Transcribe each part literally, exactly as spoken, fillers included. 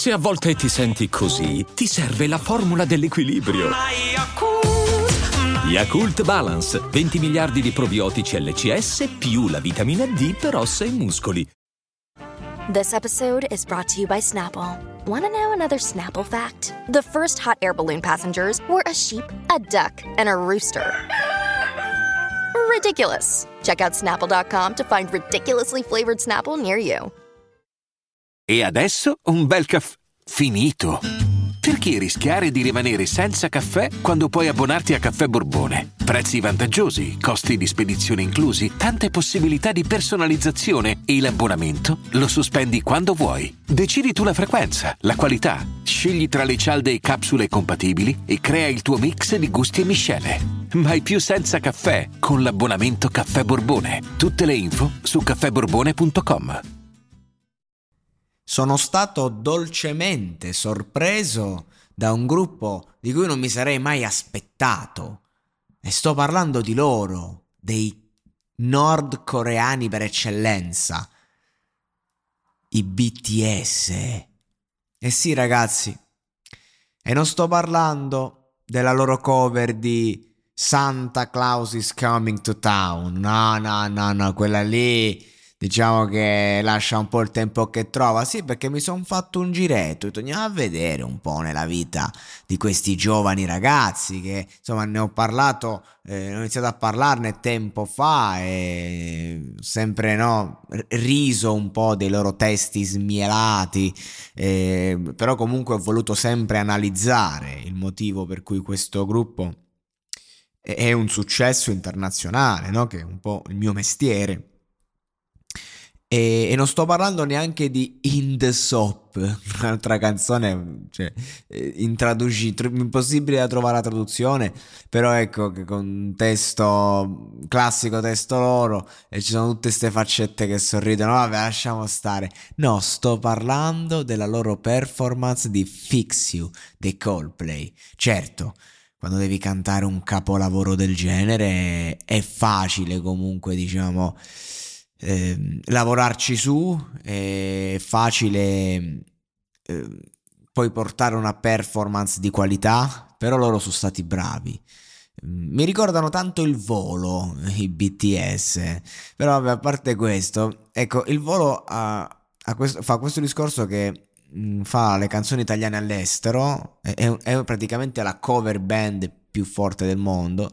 Se a volte ti senti così, ti serve la formula dell'equilibrio. Yakult Balance, venti miliardi di probiotici L C S più la vitamina D per ossa e muscoli. This episode is brought to you by Snapple. Want to know another Snapple fact? The first hot air balloon passengers were a sheep, a duck, and a rooster. Ridiculous. Check out snapple dot com to find ridiculously flavored Snapple near you. E adesso un bel caffè finito. Perché rischiare di rimanere senza caffè quando puoi abbonarti a Caffè Borbone? Prezzi vantaggiosi, costi di spedizione inclusi, tante possibilità di personalizzazione e l'abbonamento lo sospendi quando vuoi. Decidi tu la frequenza, la qualità, scegli tra le cialde e capsule compatibili e crea il tuo mix di gusti e miscele. Mai più senza caffè con l'abbonamento Caffè Borbone. Tutte le info su caffè borbone punto com. Sono stato dolcemente sorpreso da un gruppo di cui non mi sarei mai aspettato. E sto parlando di loro, dei nordcoreani per eccellenza, i B T S. E sì, ragazzi, e non sto parlando della loro cover di Santa Claus is Coming to Town. No, no, no, no, quella lì diciamo che lascia un po' il tempo che trova. Sì, perché mi sono fatto un giretto, andiamo a vedere un po' nella vita di questi giovani ragazzi che insomma ne ho parlato, eh, ho iniziato a parlarne tempo fa e sempre no riso un po' dei loro testi smielati, eh, però comunque ho voluto sempre analizzare il motivo per cui questo gruppo è un successo internazionale, no? Che è un po' il mio mestiere. E, e non sto parlando neanche di In The Soap, un'altra canzone, cioè, intraduci- impossibile da trovare la traduzione, però ecco che con un testo classico, testo loro, e ci sono tutte queste faccette che sorridono, vabbè lasciamo stare. No, sto parlando della loro performance di Fix You dei Coldplay. Certo, quando devi cantare un capolavoro del genere è facile comunque, diciamo, Eh, lavorarci su, è facile eh, poi portare una performance di qualità, però loro sono stati bravi. Mi ricordano tanto Il Volo, i B T S, però vabbè, a parte questo, ecco, Il Volo ha, ha questo, fa questo discorso che mh, fa le canzoni italiane all'estero, è, è praticamente la cover band più forte del mondo.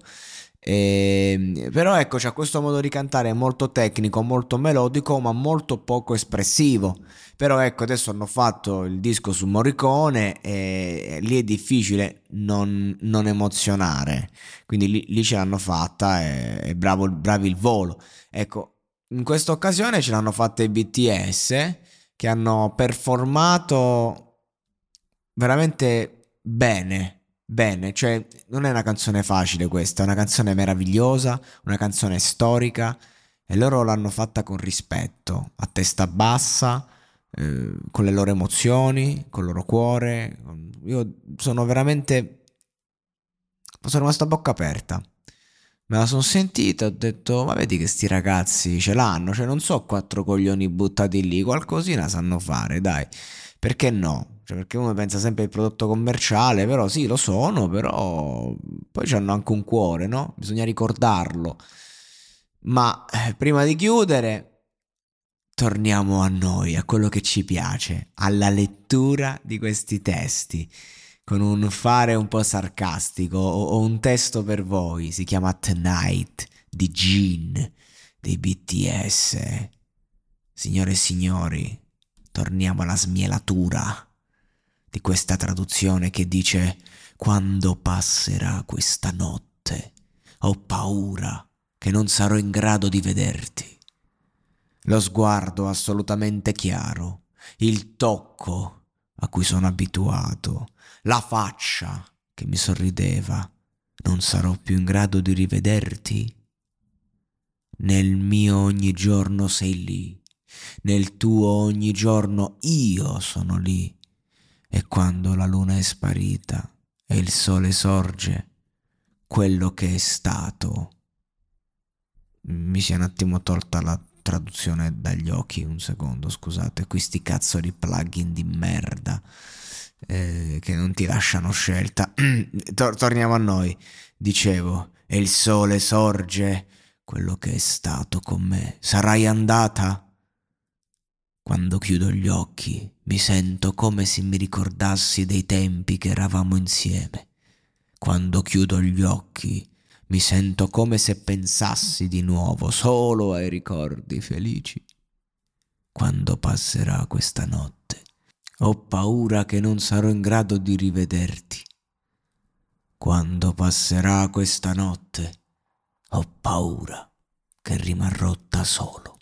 E, però ecco, c'ha questo modo di cantare molto tecnico, molto melodico, ma molto poco espressivo. Però ecco, adesso hanno fatto il disco su Morricone e lì è difficile non, non emozionare, quindi lì, lì ce l'hanno fatta e, e bravo, bravi Il Volo. Ecco, in questa occasione ce l'hanno fatta i B T S, che hanno performato veramente bene. Bene, cioè non è una canzone facile questa, è una canzone meravigliosa, una canzone storica, e loro l'hanno fatta con rispetto, a testa bassa, eh, con le loro emozioni, con il loro cuore. Io sono veramente, sono rimasto a bocca aperta, me la sono sentita, ho detto ma vedi che sti ragazzi ce l'hanno, cioè non so quattro coglioni buttati lì, qualcosina sanno fare, dai, perché no? Cioè, perché uno pensa sempre al prodotto commerciale, però sì, lo sono, però poi c'hanno anche un cuore, no? Bisogna ricordarlo. Ma eh, prima di chiudere, torniamo a noi, a quello che ci piace, alla lettura di questi testi, con un fare un po' sarcastico. Ho, ho un testo per voi, si chiama Tonight, di Gene, dei B T S. Signore e signori, torniamo alla smielatura di questa traduzione che dice: quando passerà questa notte ho paura che non sarò in grado di vederti. Lo sguardo assolutamente chiaro, il tocco a cui sono abituato, la faccia che mi sorrideva, non sarò più in grado di rivederti. Nel mio ogni giorno sei lì, nel tuo ogni giorno io sono lì. E quando la luna è sparita e il sole sorge, quello che è stato. Mi si è un attimo tolta la traduzione dagli occhi, un secondo, scusate, questi cazzo di plugin di merda eh, che non ti lasciano scelta. Tor- torniamo a noi. Dicevo, e il sole sorge, quello che è stato con me. Sarai andata? Quando chiudo gli occhi mi sento come se mi ricordassi dei tempi che eravamo insieme. Quando chiudo gli occhi mi sento come se pensassi di nuovo solo ai ricordi felici. Quando passerà questa notte, ho paura che non sarò in grado di rivederti. Quando passerà questa notte, ho paura che rimarrò da solo.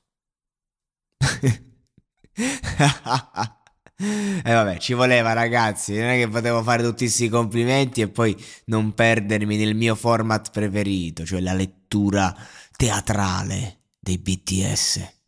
E eh vabbè, ci voleva, ragazzi, non è che potevo fare tutti questi complimenti e poi non perdermi nel mio format preferito, cioè la lettura teatrale dei B T S.